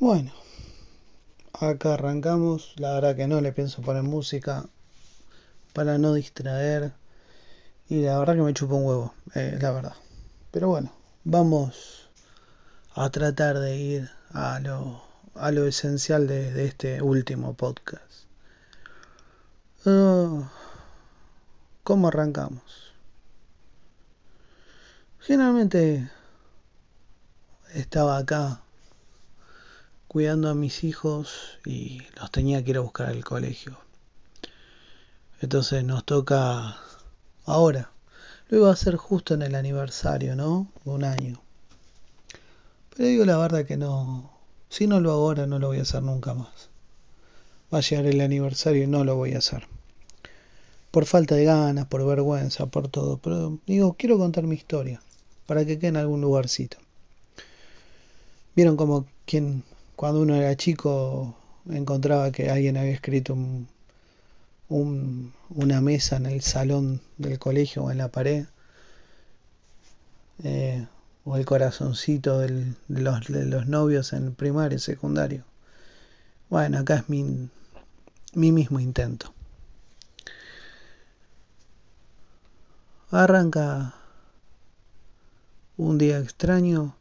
Bueno, acá arrancamos. La verdad que no le pienso poner música para no distraer. Y la verdad que me chupa un huevo, la verdad. Pero bueno, vamos a tratar de ir a lo esencial de este último podcast. Ah, ¿Cómo arrancamos? Generalmente estaba acá cuidando a mis hijos y los tenía que ir a buscar al colegio. Entonces nos toca ahora. Lo iba a hacer justo en el aniversario, ¿no? De un año. Pero digo la verdad que no. Si no lo hago ahora, no lo voy a hacer nunca más. Va a llegar el aniversario y no lo voy a hacer. Por falta de ganas, por vergüenza, por todo. Pero digo, quiero contar mi historia. Para que quede en algún lugarcito. Vieron como quien, cuando uno era chico, encontraba que alguien había escrito una mesa en el salón del colegio o en la pared. eh, o el corazoncito de los novios en primario y secundario. Bueno, acá es mi mismo intento. Arranca un día extraño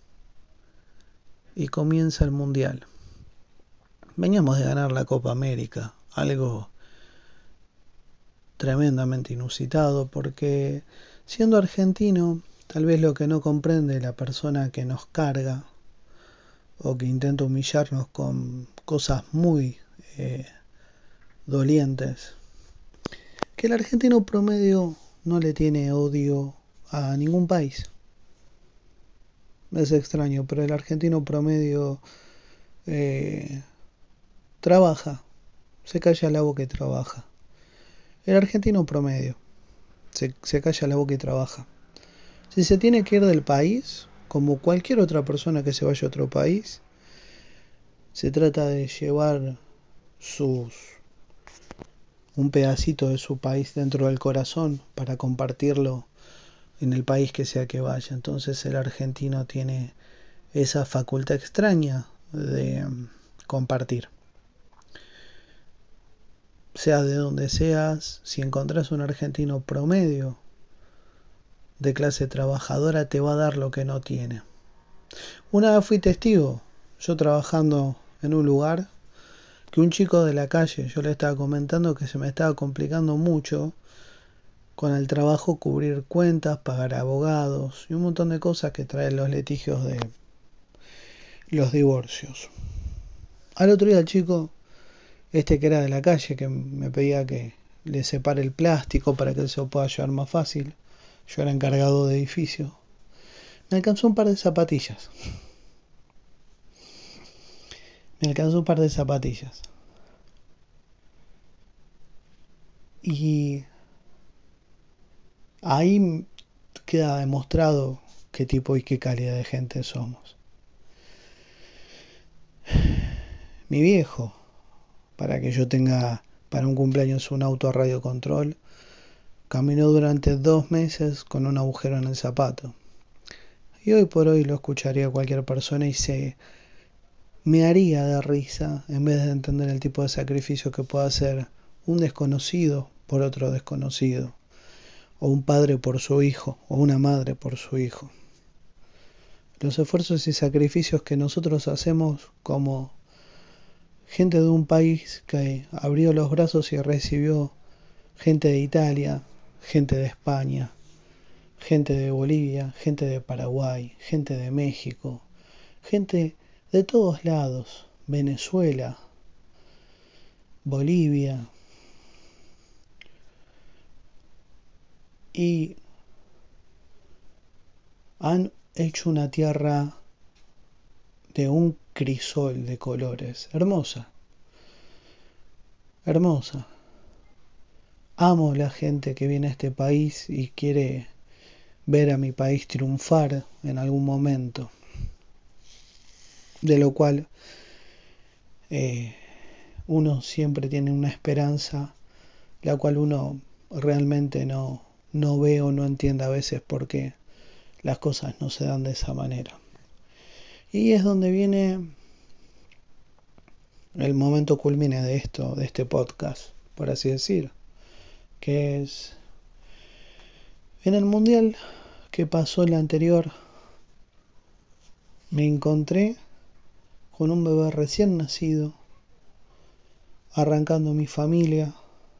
y comienza el mundial. Veníamos de ganar la Copa América, algo tremendamente inusitado porque siendo argentino, tal vez lo que no comprende la persona que nos carga o que intenta humillarnos con cosas muy dolientes, que el argentino promedio no le tiene odio a ningún país. Es extraño, pero el argentino promedio eh, trabaja, se calla la boca y trabaja. El argentino promedio se calla la boca y trabaja. Si se tiene que ir del país, como cualquier otra persona que se vaya a otro país, se trata de llevar sus un pedacito de su país dentro del corazón para compartirlo en el país que sea que vaya. Entonces el argentino tiene esa facultad extraña de compartir. Sea de donde seas, si encontrás un argentino promedio de clase trabajadora, te va a dar lo que no tiene. Una vez fui testigo, yo trabajando en un lugar, que un chico de la calle, yo le estaba comentando que se me estaba complicando mucho con el trabajo cubrir cuentas, pagar abogados y un montón de cosas que traen los litigios de los divorcios. Al otro día el chico, que era de la calle, que me pedía que le separe el plástico para que él se lo pueda llevar más fácil. Yo era encargado de edificio. Me alcanzó un par de zapatillas. Me alcanzó un par de zapatillas. Y ahí queda demostrado qué tipo y qué calidad de gente somos. Mi viejo, para que yo tenga para un cumpleaños un auto a radio control, caminó durante 2 meses con un agujero en el zapato. Y hoy por hoy lo escucharía cualquier persona y se me haría de risa en vez de entender el tipo de sacrificio que puede hacer un desconocido por otro desconocido, o un padre por su hijo, o una madre por su hijo. Los esfuerzos y sacrificios que nosotros hacemos como gente de un país que abrió los brazos y recibió gente de Italia, gente de España, gente de Bolivia, gente de Paraguay, gente de México, gente de todos lados, Venezuela, Bolivia, y han hecho una tierra de un crisol de colores, hermosa, hermosa. Amo la gente que viene a este país y quiere ver a mi país triunfar en algún momento, de lo cual eh, uno siempre tiene una esperanza, la cual uno realmente no ve o no entiende a veces por qué las cosas no se dan de esa manera. Y es donde viene el momento culmine de esto, de este podcast, por así decir, que es en el mundial que pasó el anterior, me encontré con un bebé recién nacido, arrancando mi familia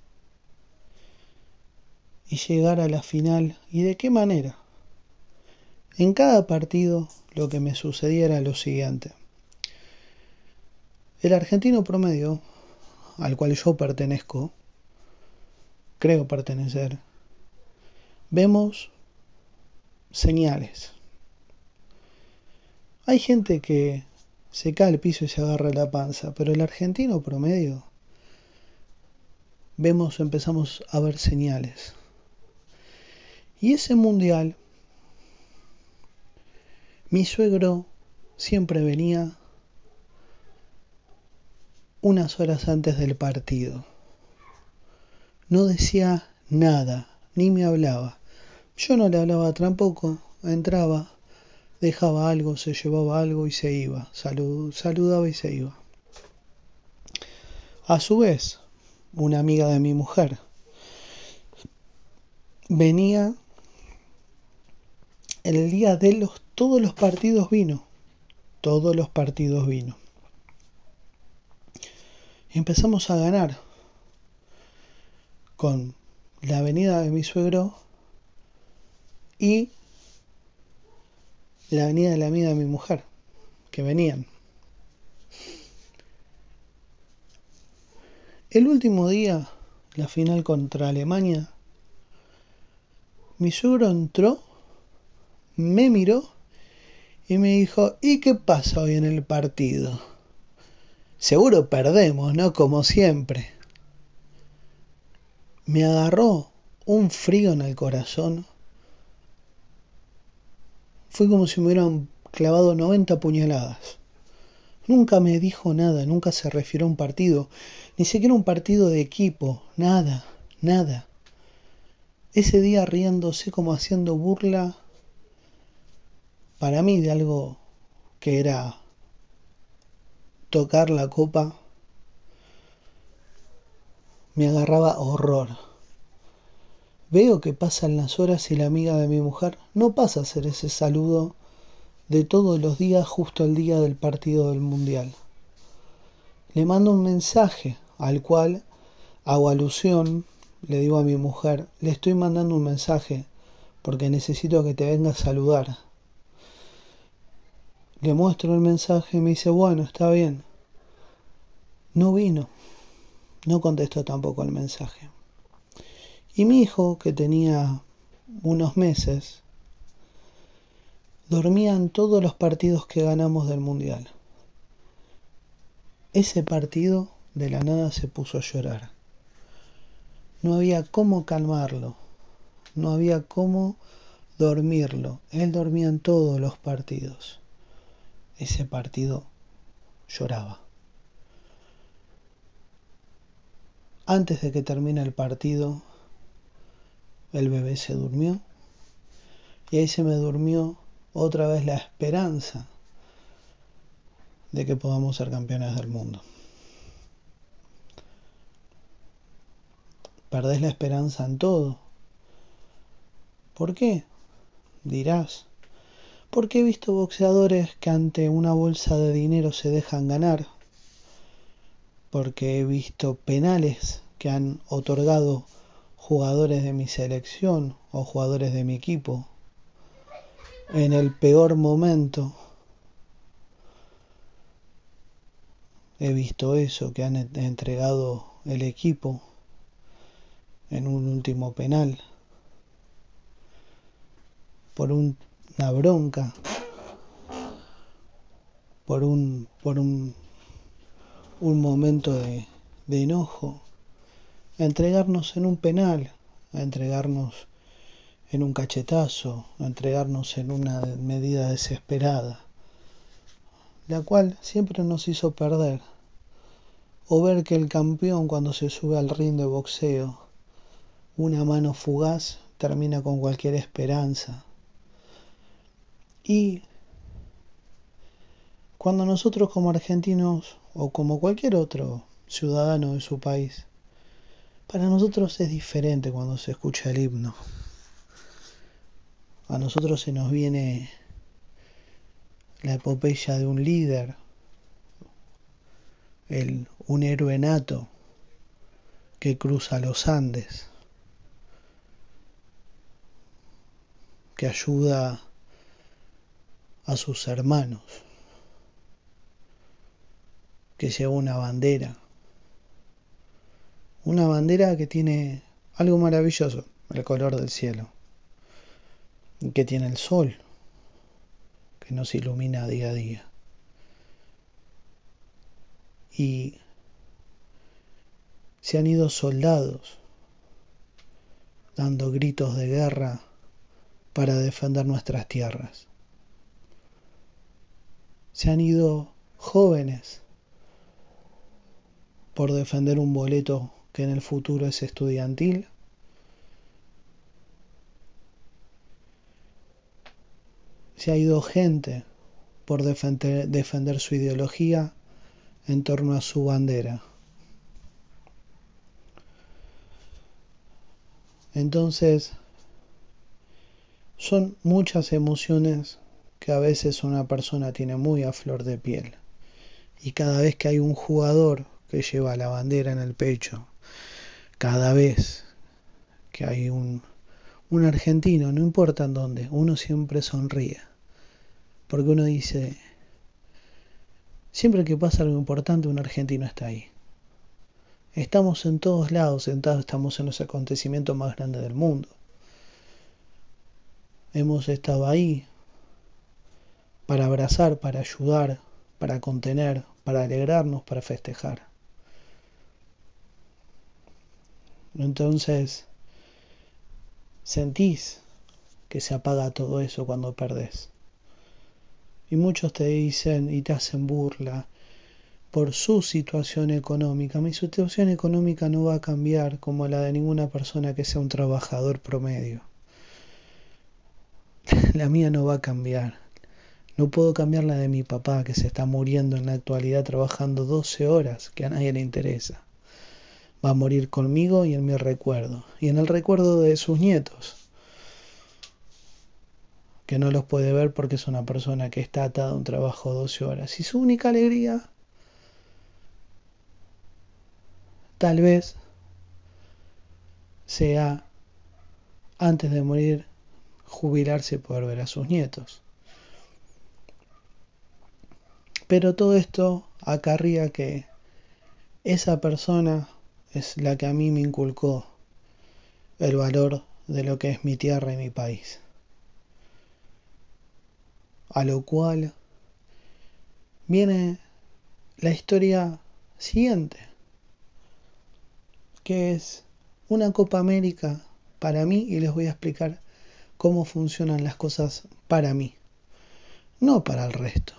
y llegar a la final. ¿Y de qué manera? En cada partido lo que me sucedía era lo siguiente. El argentino promedio, al cual yo pertenezco, creo pertenecer, vemos señales. Hay gente que se cae al piso y se agarra la panza, pero el argentino promedio empezamos a ver señales. Y ese mundial, mi suegro siempre venía unas horas antes del partido. No decía nada, ni me hablaba. Yo no le hablaba tampoco, entraba, dejaba algo, se llevaba algo y se iba. Saludaba y se iba. A su vez, una amiga de mi mujer venía el día de todos los partidos vino. Todos los partidos vino. Y empezamos a ganar con la avenida de mi suegro y la avenida de la amiga de mi mujer, que venían. El último día, la final contra Alemania, mi suegro entró, me miró y me dijo, ¿y qué pasa hoy en el partido? Seguro perdemos, ¿no? Como siempre. Me agarró un frío en el corazón. Fue como si me hubieran clavado 90 puñaladas. Nunca me dijo nada, nunca se refirió a un partido, ni siquiera un partido de equipo, nada, nada. Ese día riéndose como haciendo burla para mí de algo que era tocar la copa, me agarraba horror. Veo que pasan las horas y la amiga de mi mujer no pasa a hacer ese saludo de todos los días justo al día del partido del mundial. Le mando un mensaje al cual hago alusión, le digo a mi mujer, le estoy mandando un mensaje porque necesito que te venga a saludar. Le muestro el mensaje y me dice, bueno, está bien. No vino, no contestó tampoco el mensaje. Y mi hijo, que tenía unos meses, dormía en todos los partidos que ganamos del mundial. Ese partido de la nada se puso a llorar. No había cómo calmarlo, no había cómo dormirlo. Él dormía en todos los partidos. Ese partido lloraba. Antes de que termine el partido, el bebé se durmió y ahí se me durmió otra vez la esperanza de que podamos ser campeones del mundo. Perdés la esperanza en todo. ¿Por qué? Dirás. Porque he visto boxeadores que ante una bolsa de dinero se dejan ganar. Porque he visto penales que han otorgado jugadores de mi selección o jugadores de mi equipo en el peor momento. He visto eso, que han entregado el equipo en un último penal por una bronca, por un momento de enojo, a entregarnos en un penal, a entregarnos en un cachetazo, a entregarnos en una medida desesperada, la cual siempre nos hizo perder. O ver que el campeón, cuando se sube al ring de boxeo, una mano fugaz termina con cualquier esperanza. Y cuando nosotros como argentinos o como cualquier otro ciudadano de su país, para nosotros es diferente cuando se escucha el himno. A nosotros se nos viene la epopeya de un líder, un héroe nato que cruza los Andes, que ayuda a sus hermanos, que lleva una bandera que tiene algo maravilloso, el color del cielo, que tiene el sol, que nos ilumina día a día. Y se han ido soldados dando gritos de guerra para defender nuestras tierras. Se han ido jóvenes por defender un boleto que en el futuro es estudiantil. Se ha ido gente por defender su ideología en torno a su bandera. Entonces, son muchas emociones que a veces una persona tiene muy a flor de piel. Y cada vez que hay un jugador que lleva la bandera en el pecho, cada vez que hay un argentino, no importa en dónde, uno siempre sonríe. Porque uno dice, siempre que pasa algo importante, un argentino está ahí. Estamos en todos lados, estamos en los acontecimientos más grandes del mundo. Hemos estado ahí para abrazar, para ayudar, para contener, para alegrarnos, para festejar. Entonces, sentís que se apaga todo eso cuando perdés. Y muchos te dicen y te hacen burla por su situación económica. Mi situación económica no va a cambiar como la de ninguna persona que sea un trabajador promedio. La mía no va a cambiar. No puedo cambiar la de mi papá, que se está muriendo en la actualidad trabajando 12 horas, que a nadie le interesa. Va a morir conmigo y en mi recuerdo. Y en el recuerdo de sus nietos, que no los puede ver porque es una persona que está atada a un trabajo 12 horas. Y su única alegría, tal vez, sea, antes de morir, jubilarse y poder ver a sus nietos. Pero todo esto acarrea que esa persona es la que a mí me inculcó el valor de lo que es mi tierra y mi país. A lo cual viene la historia siguiente, que es una Copa América para mí, y les voy a explicar cómo funcionan las cosas para mí, no para el resto.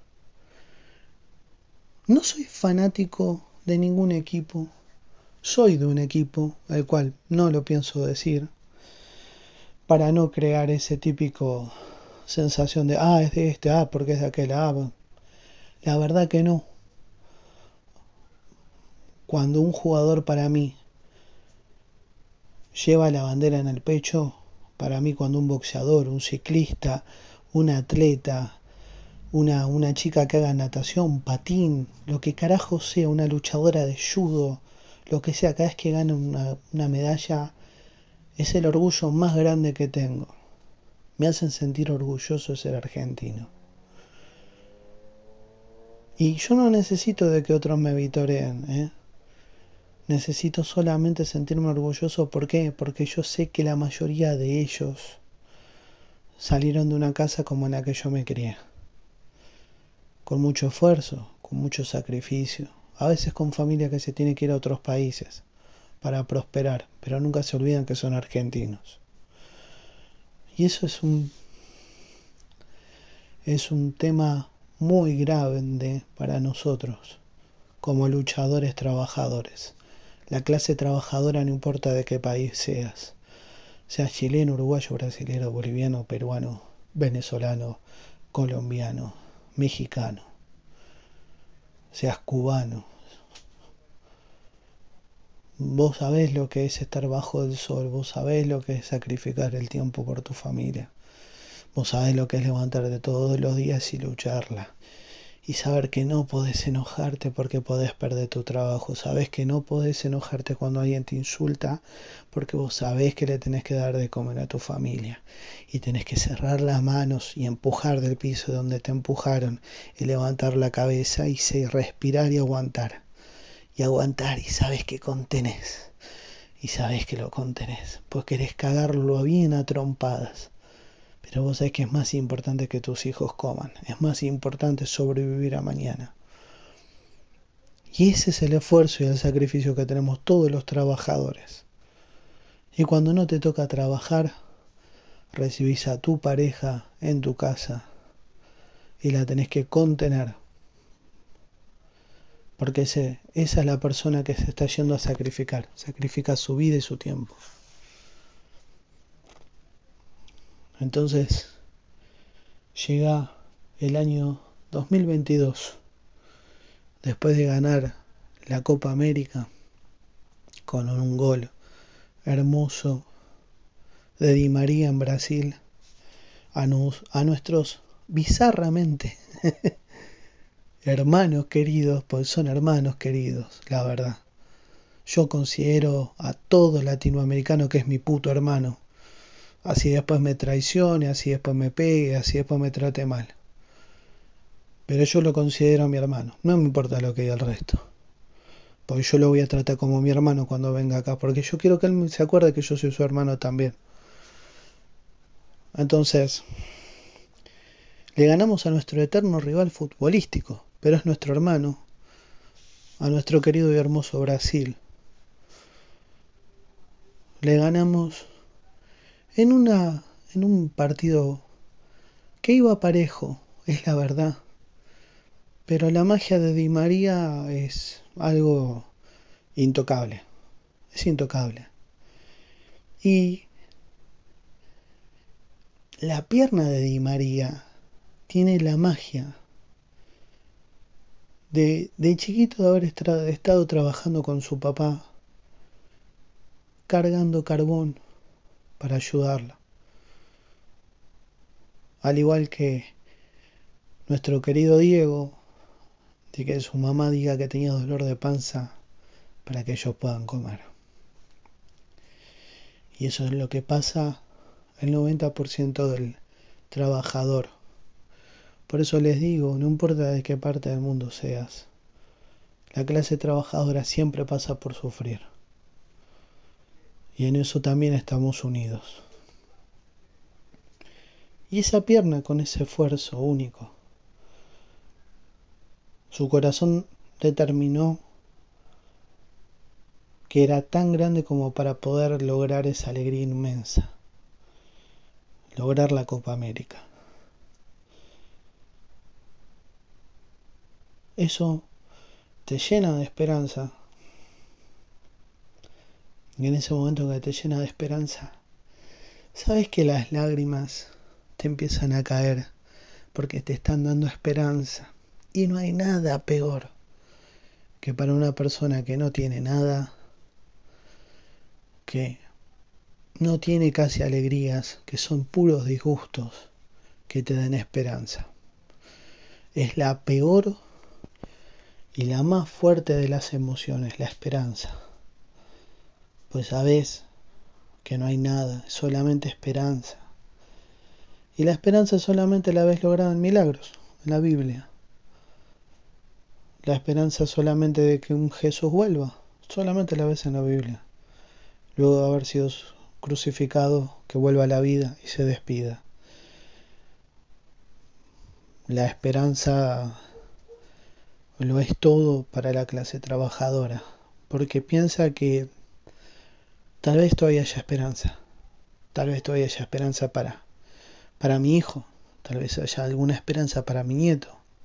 No soy fanático de ningún equipo, soy de un equipo, el cual no lo pienso decir, para no crear ese típico sensación de, es de este, porque es de aquel, la verdad que no. Cuando un jugador para mí lleva la bandera en el pecho, para mí cuando un boxeador, un ciclista, un atleta, una chica que haga natación, patín, lo que carajo sea, una luchadora de judo, lo que sea, cada vez que gana una medalla, es el orgullo más grande que tengo. Me hacen sentir orgulloso de ser argentino. Y yo no necesito de que otros me vitoreen, Necesito solamente sentirme orgulloso. ¿Por qué? Porque yo sé que la mayoría de ellos salieron de una casa como en la que yo me crié. Con mucho esfuerzo, con mucho sacrificio. A veces con familia que se tiene que ir a otros países para prosperar, pero nunca se olvidan que son argentinos. Y eso es un tema muy grave para nosotros, como luchadores trabajadores. La clase trabajadora no importa de qué país seas chileno, uruguayo, brasilero, boliviano, peruano, venezolano, colombiano, mexicano. seas cubano. Vos sabés lo que es estar bajo el sol, vos sabés lo que es sacrificar el tiempo por tu familia, vos sabés lo que es levantarte todos los días y lucharla. Y saber que no podés enojarte porque podés perder tu trabajo. Sabés que no podés enojarte cuando alguien te insulta porque vos sabés que le tenés que dar de comer a tu familia. Y tenés que cerrar las manos y empujar del piso donde te empujaron y levantar la cabeza y respirar y aguantar. Y aguantar y sabés que contenés. Y sabés que lo contenés. Pues querés cagarlo bien a trompadas. Pero vos sabés que es más importante que tus hijos coman, es más importante sobrevivir a mañana. Y ese es el esfuerzo y el sacrificio que tenemos todos los trabajadores. Y cuando no te toca trabajar, recibís a tu pareja en tu casa y la tenés que contener. Porque esa es la persona que se está yendo a sacrificar. Sacrifica su vida y su tiempo. Entonces, llega el año 2022. Después de ganar la Copa América con un gol hermoso de Di María en Brasil, a nuestros bizarramente hermanos queridos, pues son hermanos queridos, la verdad. Yo considero a todo latinoamericano que es mi puto hermano. Así después me traicione, así después me pegue, así después me trate mal. Pero yo lo considero mi hermano. No me importa lo que diga el resto. Porque yo lo voy a tratar como mi hermano cuando venga acá. Porque yo quiero que él se acuerde que yo soy su hermano también. Entonces, le ganamos a nuestro eterno rival futbolístico, pero es nuestro hermano, a nuestro querido y hermoso Brasil. Le ganamos en un partido que iba parejo, es la verdad. Pero la magia de Di María es algo intocable. Es intocable. Y la pierna de Di María tiene la magia de chiquito de haber estado trabajando con su papá, cargando carbón para ayudarla. Al igual que nuestro querido Diego, de que su mamá diga que tenía dolor de panza para que ellos puedan comer. Y eso es lo que pasa el 90% del trabajador. Por eso les digo, no importa de qué parte del mundo seas, la clase trabajadora siempre pasa por sufrir. Y en eso también estamos unidos. Y esa pierna con ese esfuerzo único, su corazón determinó que era tan grande como para poder lograr esa alegría inmensa, lograr la Copa América. Eso te llena de esperanza. Y en ese momento que te llena de esperanza, sabes que las lágrimas te empiezan a caer porque te están dando esperanza. Y no hay nada peor que para una persona que no tiene nada, que no tiene casi alegrías, que son puros disgustos, que te den esperanza. Es la peor y la más fuerte de las emociones, la esperanza. Pues sabes que no hay nada, solamente esperanza. Y la esperanza solamente la ves lograda en milagros, en la Biblia. La esperanza solamente de que un Jesús vuelva, solamente la ves en la Biblia. Luego de haber sido crucificado, que vuelva a la vida y se despida. La esperanza lo es todo para la clase trabajadora, porque piensa que tal vez todavía haya esperanza, tal vez todavía haya esperanza para mi hijo, tal vez haya alguna esperanza para mi nieto.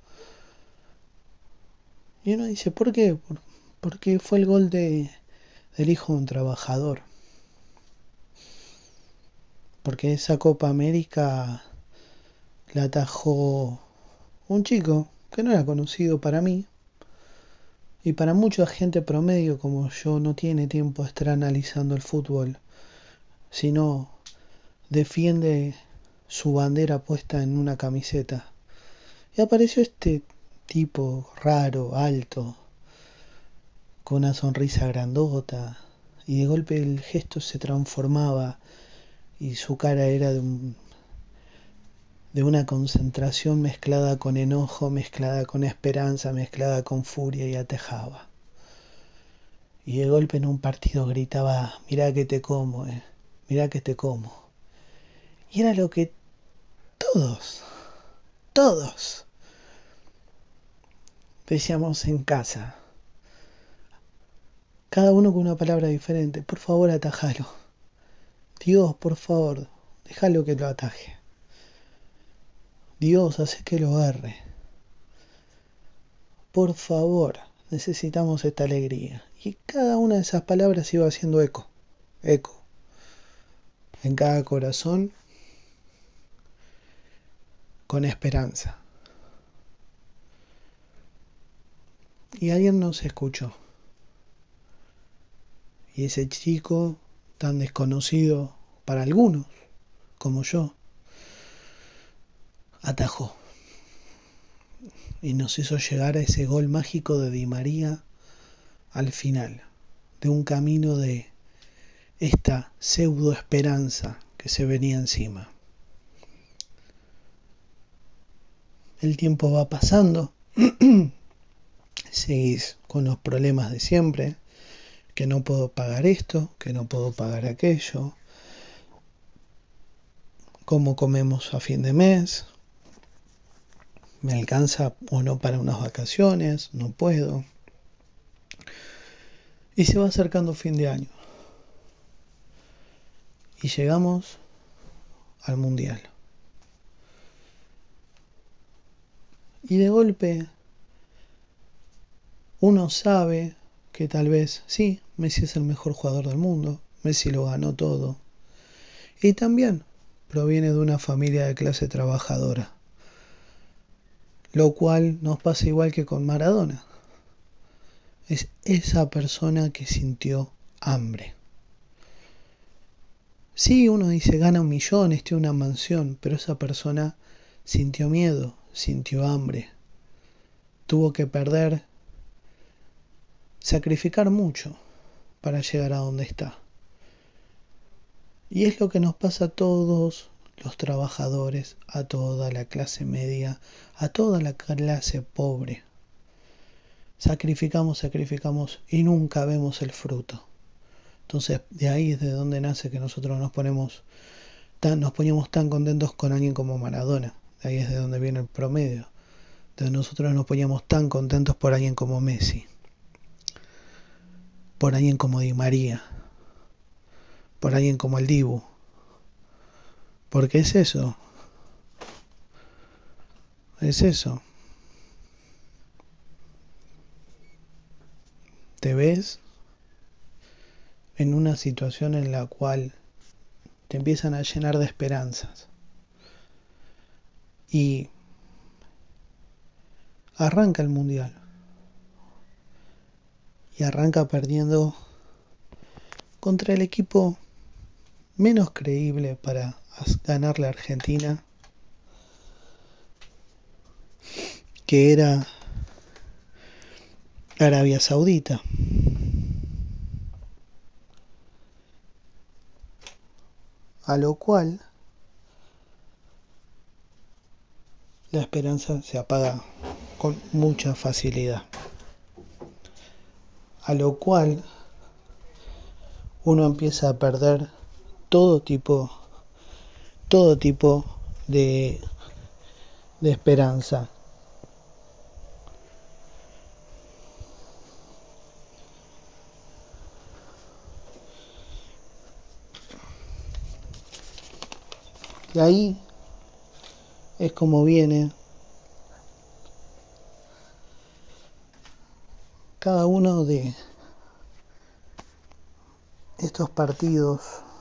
Y uno dice, ¿por qué? Porque fue el gol del hijo de un trabajador. Porque esa Copa América la atajó un chico que no era conocido para mí, Y para mucha gente promedio como yo no tiene tiempo de estar analizando el fútbol, sino defiende su bandera puesta en una camiseta. Y apareció este tipo raro, alto, con una sonrisa grandota, y de golpe el gesto se transformaba y su cara era de una concentración mezclada con enojo, mezclada con esperanza, mezclada con furia y atejaba. Y de golpe en un partido gritaba, mirá que te como, mirá que te como. Y era lo que todos decíamos en casa. Cada uno con una palabra diferente. Por favor, atajalo. Dios, por favor, déjalo que lo ataje. Dios, hace que lo agarre. Por favor, necesitamos esta alegría. Y cada una de esas palabras iba haciendo eco, eco, en cada corazón, con esperanza. Y alguien nos escuchó. Y ese chico, tan desconocido para algunos, como yo, atajó. Y nos hizo llegar a ese gol mágico de Di María al final, de un camino de esta pseudo esperanza que se venía encima. El tiempo va pasando, seguís con los problemas de siempre, que no puedo pagar esto, que no puedo pagar aquello, cómo comemos a fin de mes, me alcanza o no para unas vacaciones, no puedo. Y se va acercando fin de año. Y llegamos al mundial. Y de golpe uno sabe que tal vez sí, Messi es el mejor jugador del mundo, Messi lo ganó todo. Y también proviene de una familia de clase trabajadora, lo cual nos pasa igual que con Maradona. Es esa persona que sintió hambre. Sí, uno dice gana 1.000.000, tiene una mansión, pero esa persona sintió miedo, sintió hambre. Tuvo que sacrificar mucho para llegar a donde está. Y es lo que nos pasa a todos los trabajadores, a toda la clase media, a toda la clase pobre. Sacrificamos y nunca vemos el fruto. Entonces de ahí es de donde nace que nosotros nos poníamos tan contentos con alguien como Maradona. De ahí es de donde viene el promedio. De nosotros nos poníamos tan contentos por alguien como Messi, por alguien como Di María, por alguien como el Dibu. Porque es eso. Te ves en una situación en la cual te empiezan a llenar de esperanzas. Y arranca el mundial. Y arranca perdiendo contra el equipo menos creíble para ganarle a Argentina, que era Arabia Saudita. A lo cual la esperanza se apaga con mucha facilidad. A lo cual uno empieza a perder todo tipo de esperanza. Y ahí es como viene cada uno de estos partidos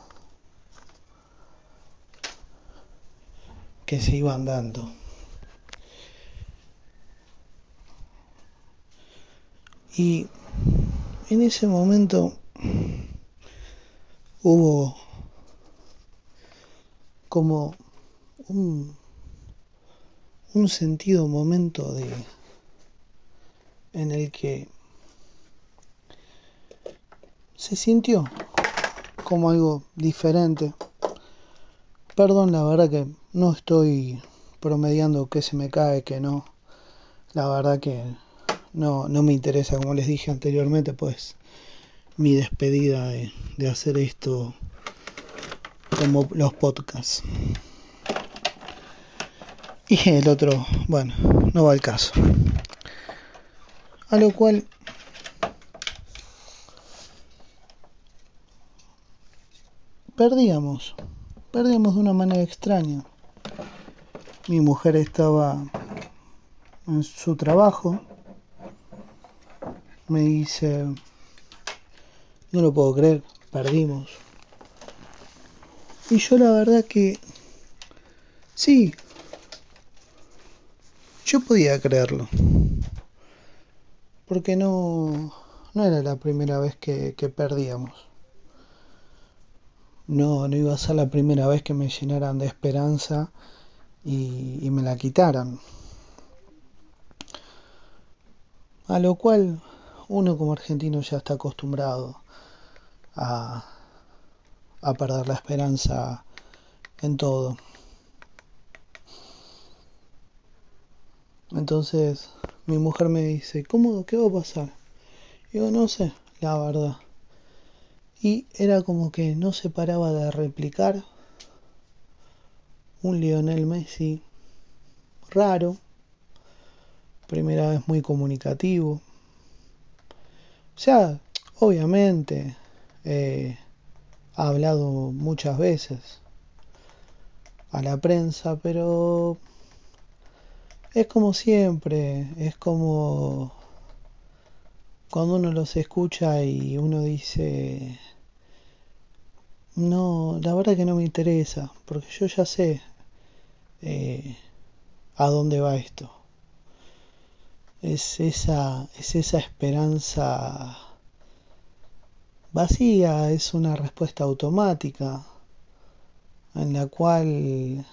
que se iban dando. Y en ese momento hubo como un, un sentido momento en el que se sintió como algo diferente. Perdón, la verdad que no estoy promediando qué se me cae, que no. La verdad que no me interesa, como les dije anteriormente, pues mi despedida de hacer esto como los podcasts. Y el otro, bueno, no va al caso. A lo cual perdíamos de una manera extraña. Mi mujer estaba en su trabajo, me dice, no lo puedo creer, perdimos. Y yo la verdad que sí, yo podía creerlo, porque no era la primera vez que perdíamos. No iba a ser la primera vez que me llenaran de esperanza y me la quitaran. A lo cual uno como argentino ya está acostumbrado a, a perder la esperanza en todo. Entonces mi mujer me dice, ¿cómo? ¿Qué va a pasar? Y digo, no sé, la verdad. Y era como que no se paraba de replicar un Lionel Messi raro, primera vez muy comunicativo. O sea, obviamente ha hablado muchas veces a la prensa, pero es como siempre, es como cuando uno los escucha y uno dice, no, la verdad que no me interesa, porque yo ya sé eh, a dónde va esto. Es esa esperanza vacía, es una respuesta automática en la cual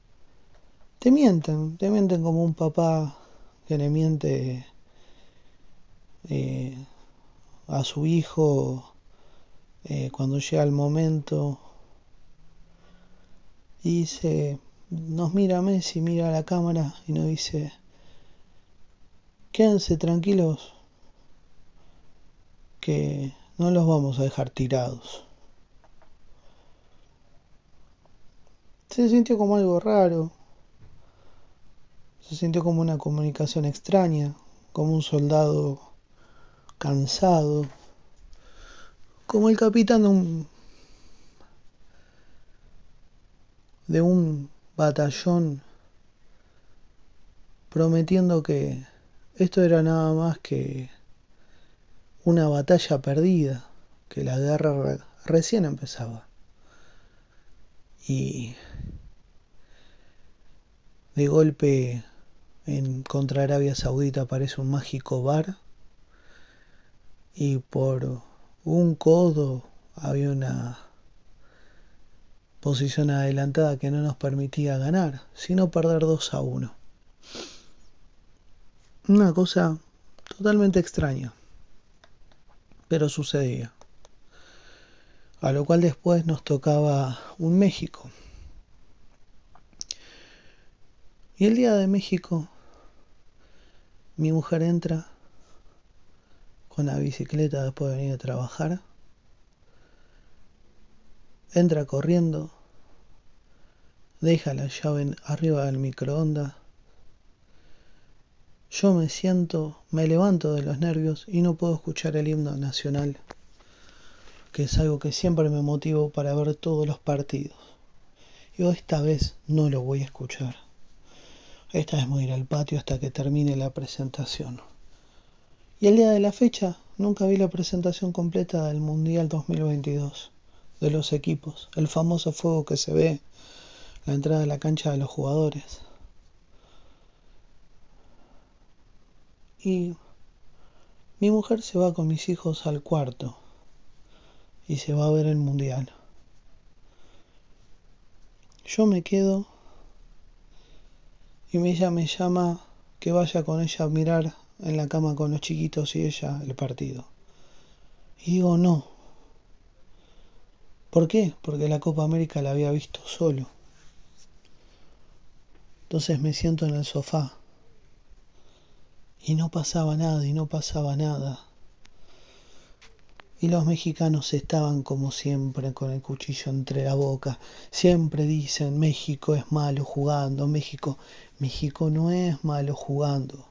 te mienten como un papá que le miente eh, a su hijo cuando llega el momento y dice, nos mira Messi, mira a la cámara y nos dice, quédense tranquilos que no los vamos a dejar tirados. Se sintió como algo raro, se sintió como una comunicación extraña, como un soldado cansado, como el capitán de un batallón prometiendo que esto era nada más que una batalla perdida, que la guerra recién empezaba. Y de golpe contra Arabia Saudita aparece un mágico bar y por un codo había una posición adelantada que no nos permitía ganar, sino perder 2-1. Una cosa totalmente extraña, pero sucedía. A lo cual después nos tocaba un México. Y el día de México, mi mujer entra con la bicicleta después de venir a trabajar, entra corriendo, deja la llave arriba del microondas. Yo me siento, me levanto de los nervios y no puedo escuchar el himno nacional, que es algo que siempre me motivó para ver todos los partidos. Yo esta vez no lo voy a escuchar. Esta vez voy a ir al patio hasta que termine la presentación. Y el día de la fecha nunca vi la presentación completa del Mundial 2022 de los equipos, el famoso fuego que se ve, la entrada a la cancha de los Mi mujer se va con mis hijos al cuarto y se va a ver el mundial. Yo me quedo y ella me llama que vaya con ella a mirar en la cama con los chiquitos y ella el partido. Y digo no. ¿Por qué? Porque la Copa América la había visto solo. Entonces me siento en el sofá y no pasaba nada y no pasaba nada. Y los mexicanos estaban como siempre con el cuchillo entre la boca. Siempre dicen México es malo jugando, México no es malo jugando.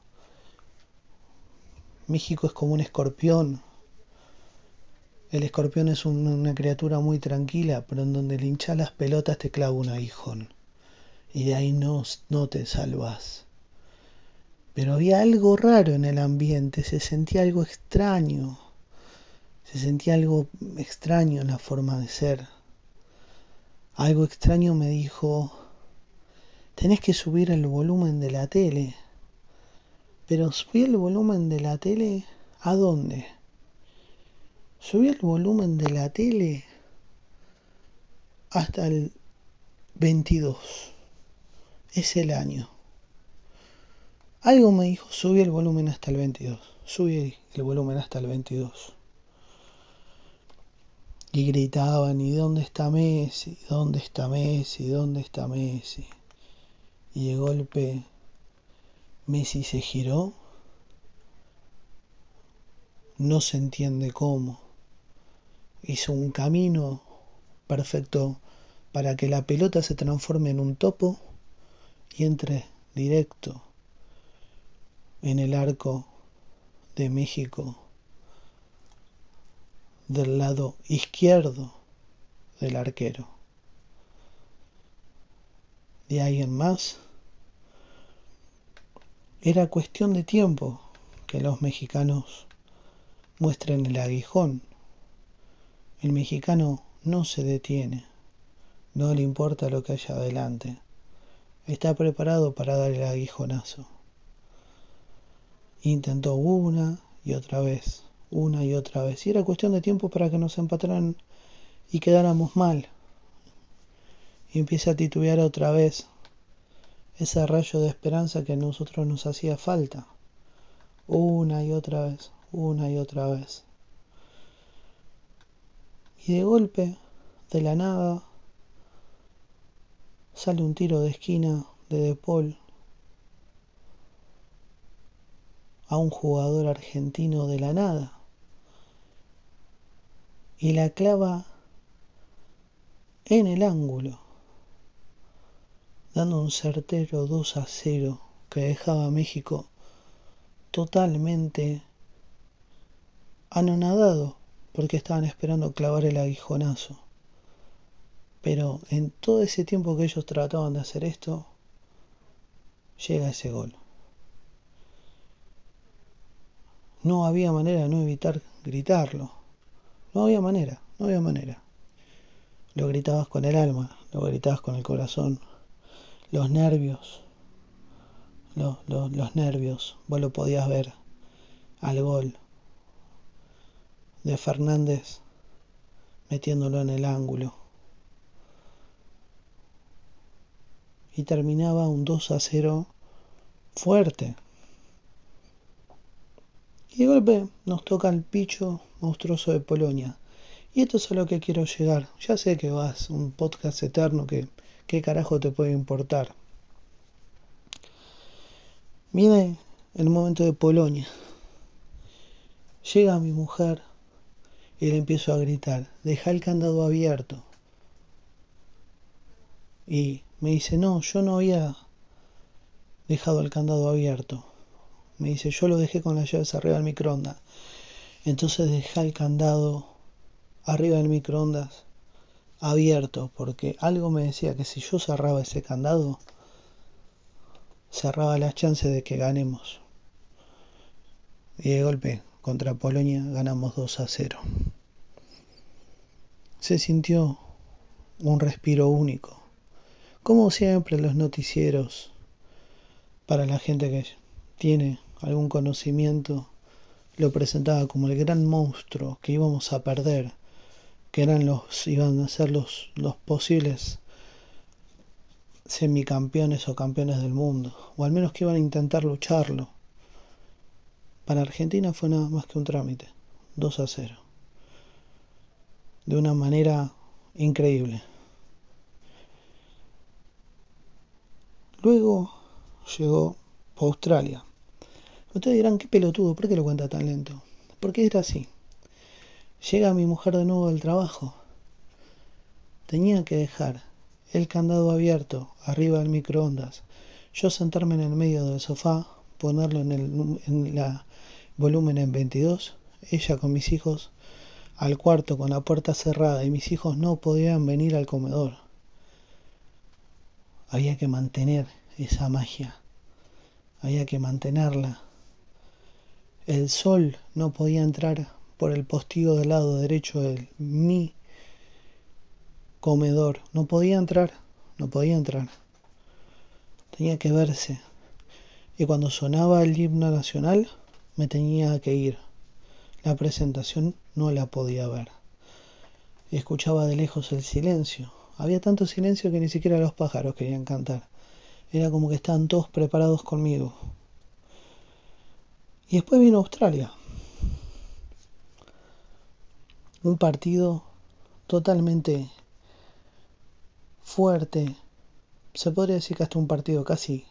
México es como un escorpión. El escorpión es una criatura muy tranquila, pero en donde le hinchas las pelotas te clava un aguijón. Y de ahí no te salvas. Pero había algo raro en el ambiente, se sentía algo extraño. Se sentía algo extraño en la forma de ser. Algo extraño me dijo, tenés que subir el volumen de la tele. Pero subí el volumen de la tele, ¿a dónde? Subí el volumen de la tele hasta el 22. Es el año. Algo me dijo, subí el volumen hasta el 22. Subí el volumen hasta el 22. Y gritaban, ¿y dónde está Messi? ¿Dónde está Messi? ¿Dónde está Messi? Y de golpe Messi se giró. No se entiende cómo. Hizo un camino perfecto para que la pelota se transforme en un topo y entre directo en el arco de México del lado izquierdo del arquero. De ahí en más, era cuestión de tiempo que los mexicanos muestren el aguijón. El mexicano no se detiene, no le importa lo que haya adelante, está preparado para dar el aguijonazo. Intentó una y otra vez, y era cuestión de tiempo para que nos empataran y quedáramos mal. Y empieza a titubear otra vez ese rayo de esperanza que a nosotros nos hacía falta. Una y otra vez, una y otra vez. Y de golpe, de la nada, sale un tiro de esquina de Paul a un jugador argentino de la nada. Y la clava en el ángulo, dando un certero 2-0 que dejaba a México totalmente anonadado porque estaban esperando clavar el aguijonazo. Pero en todo ese tiempo que ellos trataban de hacer esto, llega ese gol. No había manera de no evitar gritarlo. No había manera. Lo gritabas con el alma, lo gritabas con el corazón. Los nervios, los nervios, vos lo podías ver al gol de Fernández metiéndolo en el ángulo. Y terminaba un 2-0 fuerte. Y de golpe nos toca el picho monstruoso de Polonia. Y esto es a lo que quiero llegar. Ya sé que vas, un podcast eterno que qué carajo te puede importar. Viene el momento de Polonia. Llega mi mujer y le empiezo a gritar, deja el candado abierto. Y me dice, no, yo no había dejado el candado abierto. Me dice, yo lo dejé con las llaves arriba del microondas. Entonces dejá el candado arriba del microondas abierto, porque algo me decía que si yo cerraba ese candado, cerraba las chances de que ganemos. Y de golpe, contra Polonia, ganamos 2-0. Se sintió un respiro único. Como siempre los noticieros, para la gente que tiene algún conocimiento, lo presentaba como el gran monstruo que íbamos a perder, que iban a ser los posibles semicampeones o campeones del mundo, o al menos que iban a intentar lucharlo. Para Argentina fue nada más que un trámite, 2-0, de una manera increíble. Luego llegó Australia. Ustedes dirán, qué pelotudo, ¿por qué lo cuenta tan lento? Porque era así. Llega mi mujer de nuevo del trabajo. Tenía que dejar el candado abierto arriba del microondas, yo sentarme en el medio del sofá, ponerlo en la volumen en 22, ella con mis hijos al cuarto con la puerta cerrada y mis hijos no podían venir al comedor. Había que mantener esa magia, había que mantenerla. El sol no podía entrar por el postigo del lado derecho de mi comedor, no podía entrar. Tenía que verse. Y cuando sonaba el himno nacional, me tenía que ir. La presentación no la podía ver. Escuchaba de lejos el silencio. Había tanto silencio que ni siquiera los pájaros querían cantar. Era como que estaban todos preparados conmigo. Y después vino Australia. Un partido totalmente fuerte. Se podría decir que hasta un partido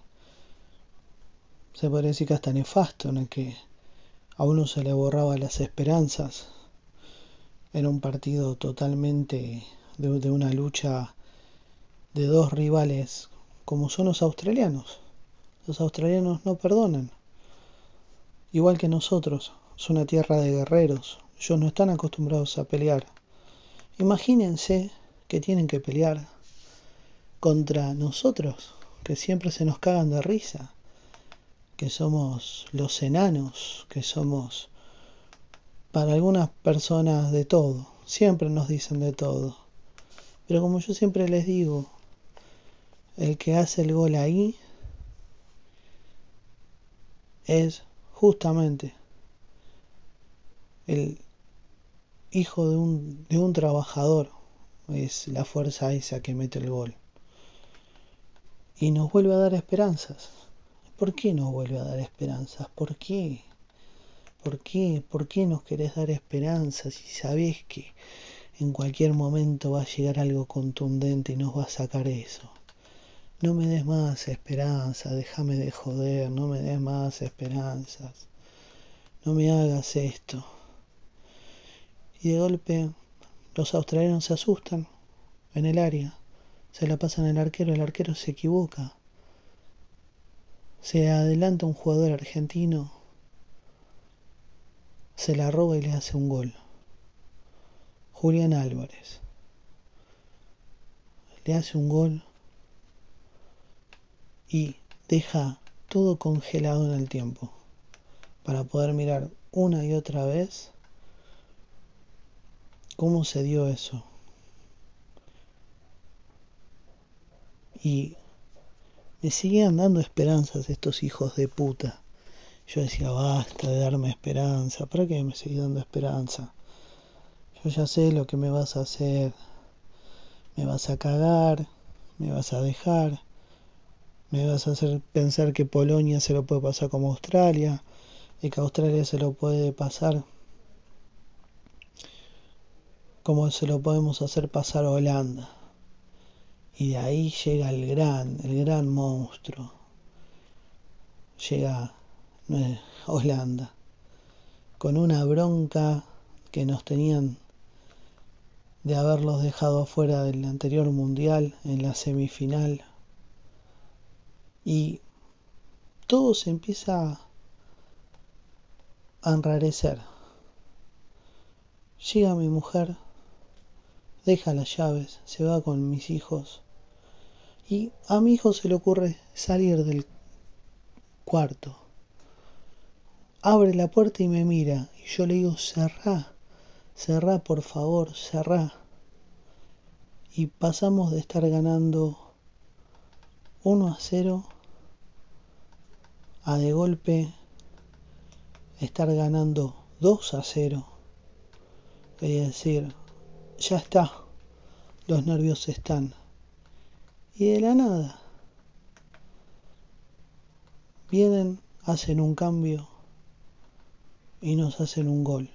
se podría decir que hasta nefasto, en el que a uno se le borraban las esperanzas. Era un partido totalmente de una lucha de dos rivales como son los australianos. Los australianos no perdonan. Igual que nosotros, es una tierra de guerreros. Ellos no están acostumbrados a pelear. Imagínense que tienen que pelear contra nosotros, que siempre se nos cagan de risa, que somos los enanos, que somos para algunas personas de todo. Siempre nos dicen de todo. Pero como yo siempre les digo, el que hace el gol ahí es justamente el hijo de un trabajador, es la fuerza esa que mete el gol. Y nos vuelve a dar esperanzas. ¿Por qué nos vuelve a dar esperanzas? ¿Por qué? ¿Por qué? ¿Por qué nos querés dar esperanzas si sabés que en cualquier momento va a llegar algo contundente y nos va a sacar eso? No me des más esperanza, déjame de joder, no me des más esperanzas. No me hagas esto. Y de golpe los australianos se asustan en el área. Se la pasan al arquero, el arquero se equivoca. Se adelanta un jugador argentino, se la roba y le hace un gol. Julián Álvarez. Le hace un gol y deja todo congelado en el tiempo para poder mirar una y otra vez cómo se dio eso. Y me seguían dando esperanzas estos hijos de puta. Yo decía, basta de darme esperanza. ¿Para qué me seguís dando esperanza? Yo ya sé lo que me vas a hacer. Me vas a cagar, me vas a dejar, me vas a hacer pensar que Polonia se lo puede pasar como Australia, y que Australia se lo puede pasar como se lo podemos hacer pasar a Holanda. Y de ahí llega el gran monstruo. Llega Holanda, con una bronca que nos tenían de haberlos dejado afuera del anterior mundial en la semifinal. Y todo se empieza a enrarecer. Llega mi mujer, deja las llaves, se va con mis hijos y a mi hijo se le ocurre salir del cuarto. Abre la puerta y me mira y yo le digo, cerrá por favor, cerrá. Y pasamos de estar ganando 1-0 a de golpe estar ganando 2-0, quería decir, ya está, los nervios están. Y de la nada, vienen, hacen un cambio y nos hacen un gol.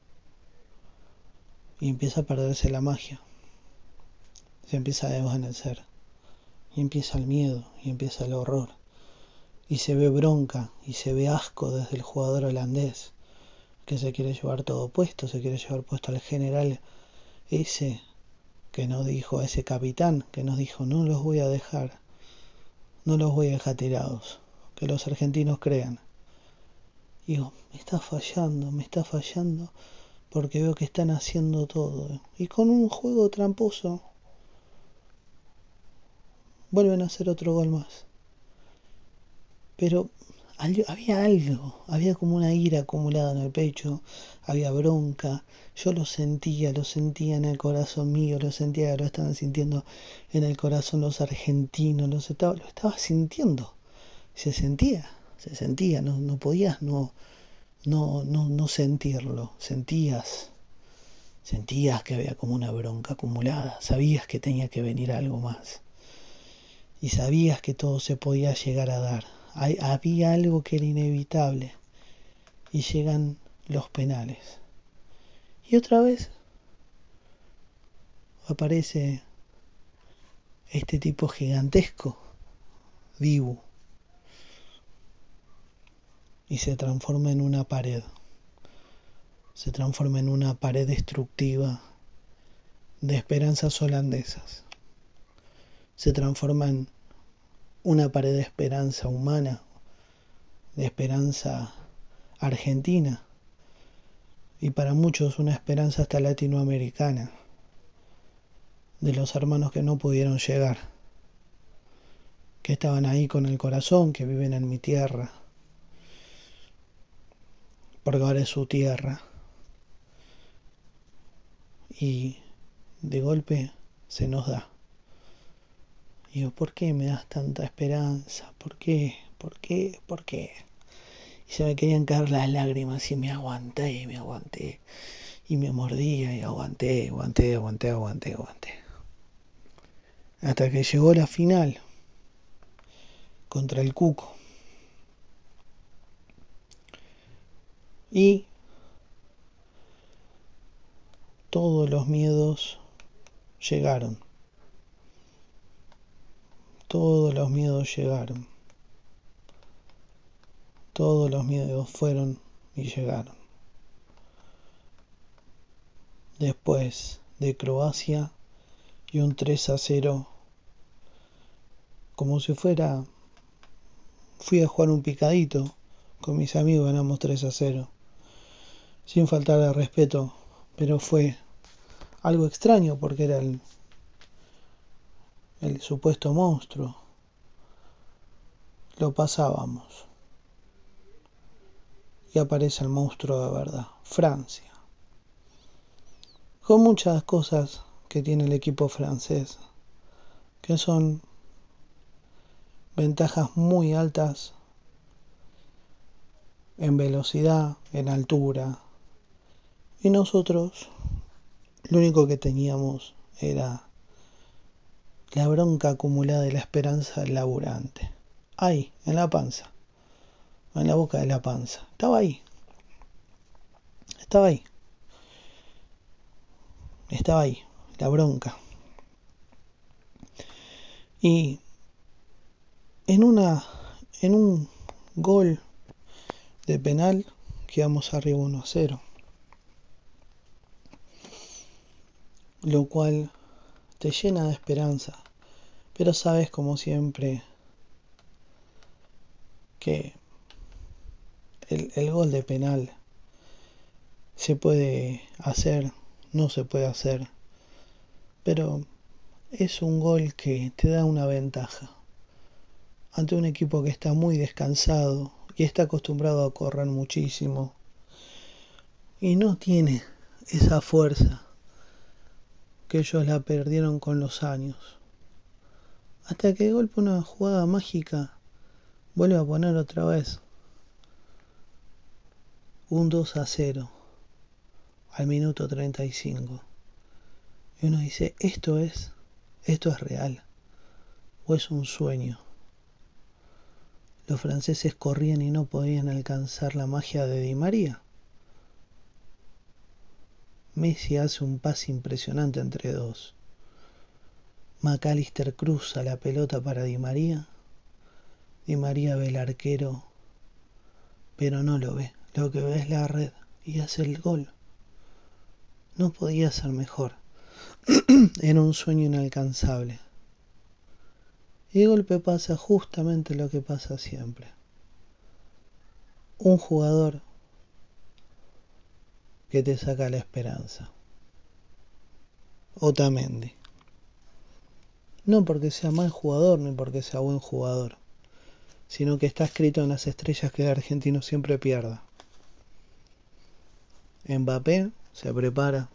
Y empieza a perderse la magia. Se empieza a desvanecer. Y empieza el miedo, y empieza el horror. Y se ve bronca, y se ve asco desde el jugador holandés, que se quiere llevar todo puesto, se quiere llevar puesto al general ese que nos dijo, a ese capitán que nos dijo, no los voy a dejar, no los voy a dejar tirados, que los argentinos crean. Y digo, me está fallando, porque veo que están haciendo todo. Y con un juego tramposo, vuelven a hacer otro gol más. Pero había algo, había como una ira acumulada en el pecho, había bronca, yo lo sentía en el corazón mío, lo sentía que lo estaban sintiendo en el corazón los argentinos, lo estaba sintiendo, se sentía, no podías no sentirlo, sentías que había como una bronca acumulada, sabías que tenía que venir algo más y sabías que todo se podía llegar a dar. Había algo que era inevitable y llegan los penales. Y otra vez aparece este tipo gigantesco, Dibu, y se transforma en una pared. Se transforma en una pared destructiva de esperanzas holandesas. Se transforma en una pared de esperanza humana, de esperanza argentina y para muchos una esperanza hasta latinoamericana, de los hermanos que no pudieron llegar, que estaban ahí con el corazón, que viven en mi tierra, porque ahora es su tierra. Y de golpe se nos da. Y digo, ¿por qué me das tanta esperanza? ¿Por qué? ¿Por qué? ¿Por qué? Y se me querían caer las lágrimas y me aguanté. Y me mordía y aguanté. Hasta que llegó la final contra el Cuco. Y todos los miedos llegaron. Todos los miedos llegaron. Todos los miedos fueron y llegaron. Después de Croacia y un 3-0, como si fuera, fui a jugar un picadito con mis amigos, ganamos 3-0, sin faltar de respeto, pero fue algo extraño porque era el supuesto monstruo. Lo pasábamos y aparece el monstruo de verdad, Francia, con muchas cosas que tiene el equipo francés, que son ventajas muy altas en velocidad, en altura, y nosotros lo único que teníamos era la bronca acumulada de la esperanza del laburante. Ahí, en la panza, en la boca de la panza. Estaba ahí, la bronca. Y en un gol de penal quedamos arriba 1-0. Lo cual te llena de esperanza. Pero sabes, como siempre, que el gol de penal se puede hacer, no se puede hacer, pero es un gol que te da una ventaja ante un equipo que está muy descansado y está acostumbrado a correr muchísimo y no tiene esa fuerza que ellos la perdieron con los años. Hasta que de golpe una jugada mágica vuelve a poner otra vez un 2-0 al minuto 35. Y uno dice, ¿esto es real o es un sueño? Los franceses corrían y no podían alcanzar la magia de Di María. Messi hace un pase impresionante entre dos. McAllister cruza la pelota para Di María. Di María ve al arquero, pero no lo ve. Lo que ve es la red y hace el gol. No podía ser mejor. Era un sueño inalcanzable. Y de golpe pasa justamente lo que pasa siempre. Un jugador que te saca la esperanza. Otamendi. No porque sea mal jugador ni porque sea buen jugador, sino que está escrito en las estrellas que el argentino siempre pierda. Mbappé se prepara,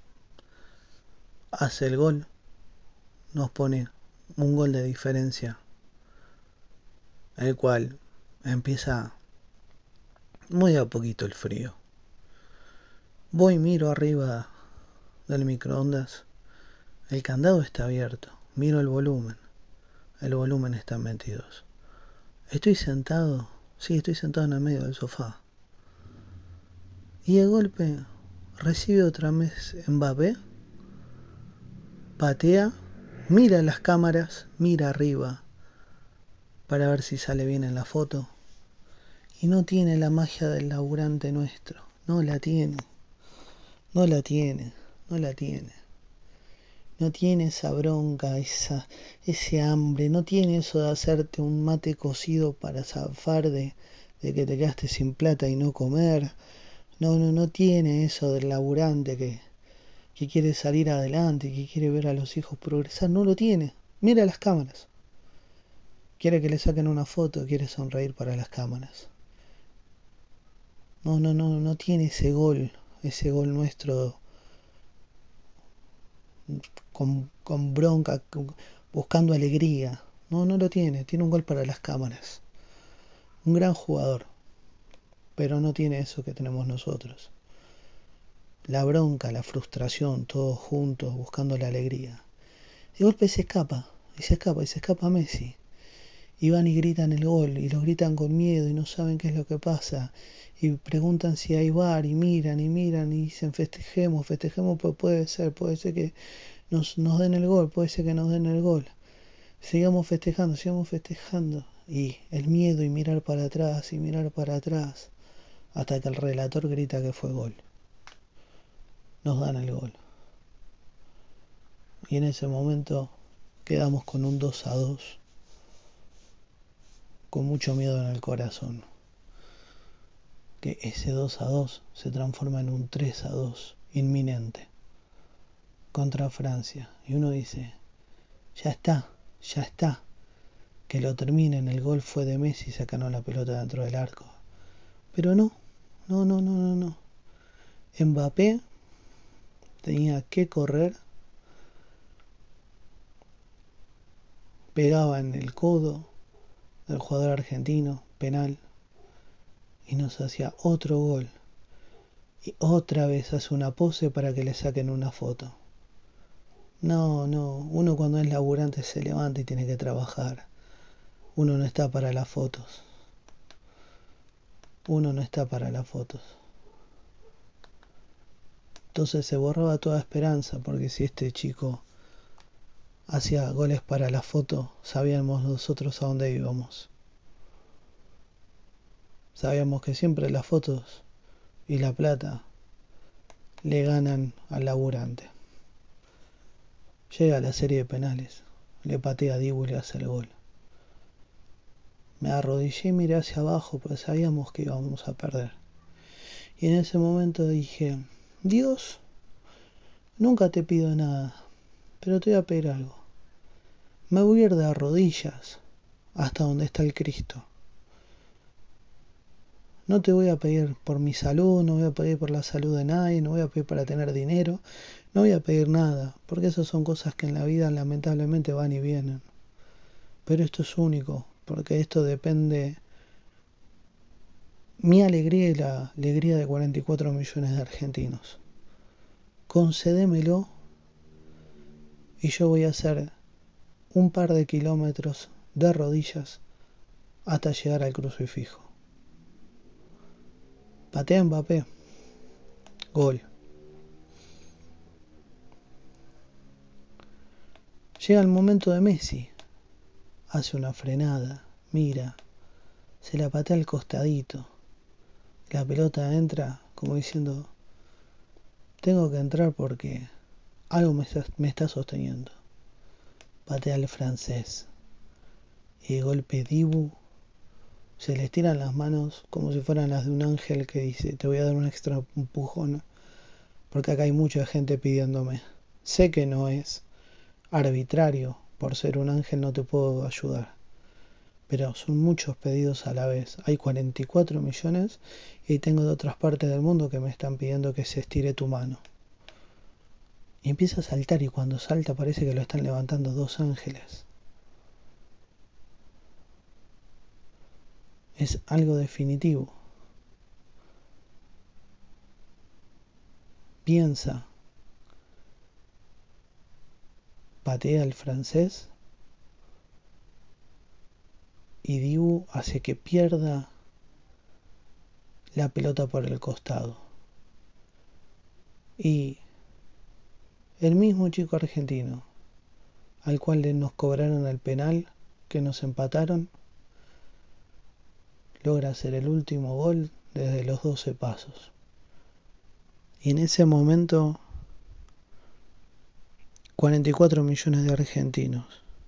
hace el gol, nos pone un gol de diferencia, el cual empieza muy a poquito el frío. Voy, miro arriba del microondas, el candado está abierto, miro el volumen está en 22. Estoy sentado en el medio del sofá. Y de golpe recibe otra vez Mbappé, patea, mira las cámaras, mira arriba para ver si sale bien en la foto. Y no tiene la magia del laburante nuestro. No la tiene. No tiene esa bronca, ese hambre. No tiene eso de hacerte un mate cocido para zafar de que te quedaste sin plata y no comer. No tiene eso del laburante que quiere salir adelante, que quiere ver a los hijos progresar. No lo tiene. Mira las cámaras. Quiere que le saquen una foto, quiere sonreír para las cámaras. No tiene ese gol nuestro con bronca, buscando alegría. No lo tiene un gol para las cámaras. Un gran jugador, pero no tiene eso que tenemos nosotros. La bronca, la frustración, todos juntos buscando la alegría. De golpe se escapa Messi. Y van y gritan el gol, y lo gritan con miedo y no saben qué es lo que pasa. Y preguntan si hay VAR, y miran y dicen festejemos, pues puede ser que nos den el gol, puede ser que nos den el gol. Sigamos festejando. Y el miedo y mirar para atrás, hasta que el relator grita que fue gol. Nos dan el gol. Y en ese momento quedamos con un 2-2. Con mucho miedo en el corazón. Que ese 2-2 se transforma en un 3-2 inminente contra Francia. Y uno dice, ya está. Que lo terminen, el gol fue de Messi, sacaron la pelota dentro del arco. Pero no. Mbappé tenía que correr, pegaba en el codo del jugador argentino, penal, y nos hacía otro gol. Y otra vez hace una pose para que le saquen una foto. No, uno cuando es laburante se levanta y tiene que trabajar. Uno no está para las fotos. Entonces se borraba toda esperanza, porque si este chico hacía goles para la foto, sabíamos nosotros a dónde íbamos. Sabíamos que siempre las fotos y la plata le ganan al laburante. Llega a la serie de penales, le patea a Dibu y le hace el gol. Me arrodillé y miré hacia abajo, porque sabíamos que íbamos a perder. Y en ese momento dije, Dios, nunca te pido nada, pero te voy a pedir algo. Me voy a ir de rodillas hasta donde está el Cristo. No te voy a pedir por mi salud, no voy a pedir por la salud de nadie, no voy a pedir para tener dinero, no voy a pedir nada, porque esas son cosas que en la vida lamentablemente van y vienen. Pero esto es único, porque esto depende mi alegría y la alegría de 44 millones de argentinos. Concédemelo y yo voy a hacer un par de kilómetros de rodillas hasta llegar al crucifijo. Patea Mbappé, gol. Llega el momento de Messi, hace una frenada, mira, se la patea al costadito, la pelota entra como diciendo, tengo que entrar porque algo me está sosteniendo. Patea al francés y de golpe Dibu se les tiran las manos como si fueran las de un ángel que dice, te voy a dar un extra empujón porque acá hay mucha gente pidiéndome. Sé que no es arbitrario, por ser un ángel no te puedo ayudar, pero son muchos pedidos a la vez. Hay 44 millones y tengo de otras partes del mundo que me están pidiendo que se estire tu mano. Y empieza a saltar y cuando salta parece que lo están levantando dos ángeles. Es algo definitivo. Piensa, patea al francés y Dibu hace que pierda la pelota por el costado. Y el mismo chico argentino al cual nos cobraron el penal, que nos empataron, logra hacer el último gol desde los 12 pasos. Y en ese momento 44 millones de argentinos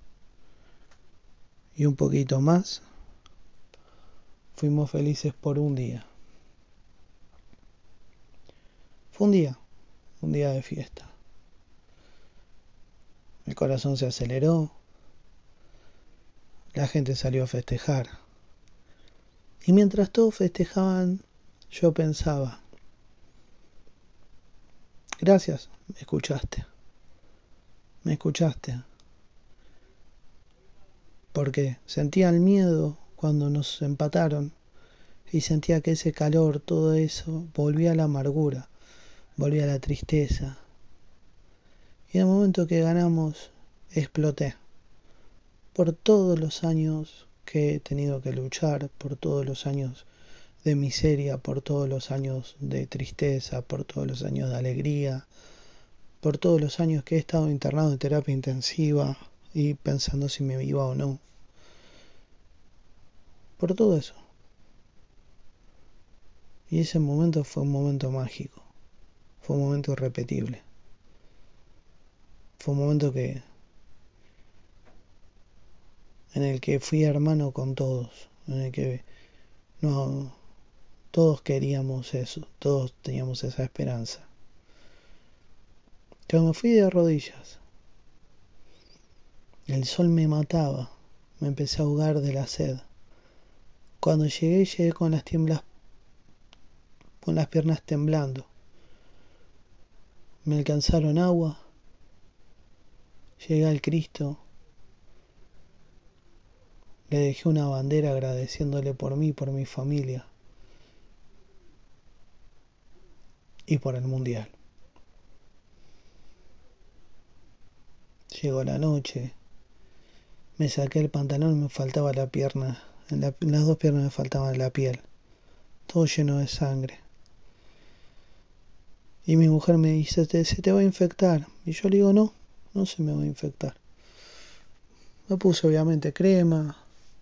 y un poquito más fuimos felices por un día. Fue un día de fiesta. El corazón se aceleró, la gente salió a festejar. Y mientras todos festejaban, yo pensaba, gracias, me escuchaste. Porque sentía el miedo cuando nos empataron y sentía que ese calor, todo eso, volvía a la amargura, volvía a la tristeza. Y en el momento que ganamos, exploté. Por todos los años que he tenido que luchar, por todos los años de miseria, por todos los años de tristeza, por todos los años de alegría, por todos los años que he estado internado en terapia intensiva y pensando si me iba o no. Por todo eso. Y ese momento fue un momento mágico. Fue un momento irrepetible. Fue un momento en el que fui hermano con todos. En el que no, todos queríamos eso. Todos teníamos esa esperanza. Cuando me fui de rodillas, el sol me mataba. Me empecé a ahogar de la sed. Cuando llegué con las piernas temblando. Me alcanzaron agua. Llegué al Cristo. Le dejé una bandera agradeciéndole por mí, por mi familia y por el mundial. Llegó la noche. Me saqué el pantalón y me faltaba la pierna. En las dos piernas me faltaba la piel. Todo lleno de sangre. Y mi mujer me dice, se te va a infectar. Y yo le digo, no, no se me va a infectar. Me puse obviamente crema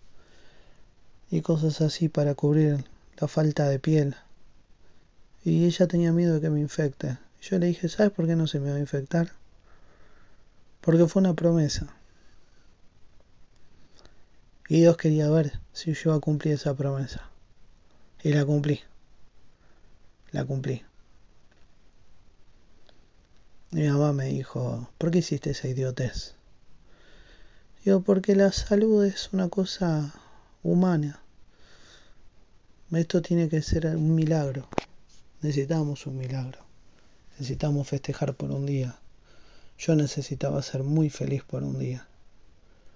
y cosas así para cubrir la falta de piel. Y ella tenía miedo de que me infecte. Y yo le dije, ¿sabes por qué no se me va a infectar? Porque fue una promesa. Y Dios quería ver si yo iba a cumplir esa promesa. Y la cumplí. La cumplí. Y mi mamá me dijo, ¿por qué hiciste esa idiotez? Digo, porque la salud es una cosa humana. Esto tiene que ser un milagro. Necesitamos un milagro. Necesitamos festejar por un día. Yo necesitaba ser muy feliz por un día.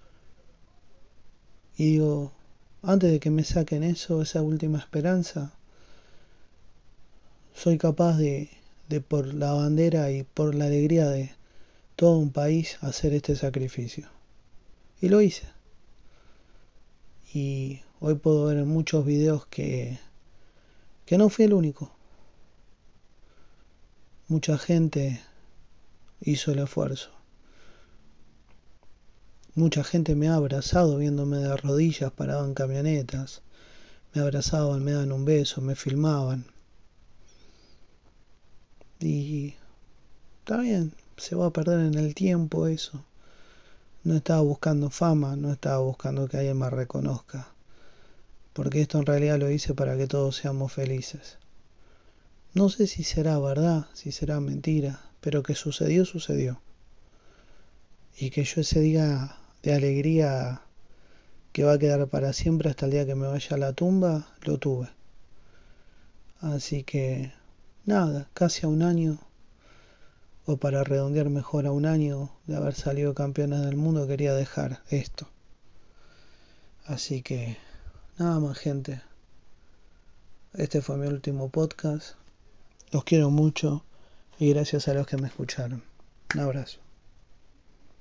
Y digo, antes de que me saquen eso, esa última esperanza, soy capaz de por la bandera y por la alegría de todo un país hacer este sacrificio. Y lo hice. Y hoy puedo ver en muchos videos que no fui el único. Mucha gente hizo el esfuerzo. Mucha gente me ha abrazado viéndome de rodillas parado en camionetas. Me abrazaban, me daban un beso, me filmaban. Y está bien, se va a perder en el tiempo eso. No estaba buscando fama, no estaba buscando que alguien me reconozca. Porque esto en realidad lo hice para que todos seamos felices. No sé si será verdad, si será mentira, pero que sucedió, sucedió. Y que yo ese día de alegría que va a quedar para siempre hasta el día que me vaya a la tumba, lo tuve. Así que, nada, casi a un año, o para redondear mejor a un año de haber salido campeones del mundo, quería dejar esto. Así que, nada más, gente. Este fue mi último podcast. Los quiero mucho y gracias a los que me escucharon. Un abrazo.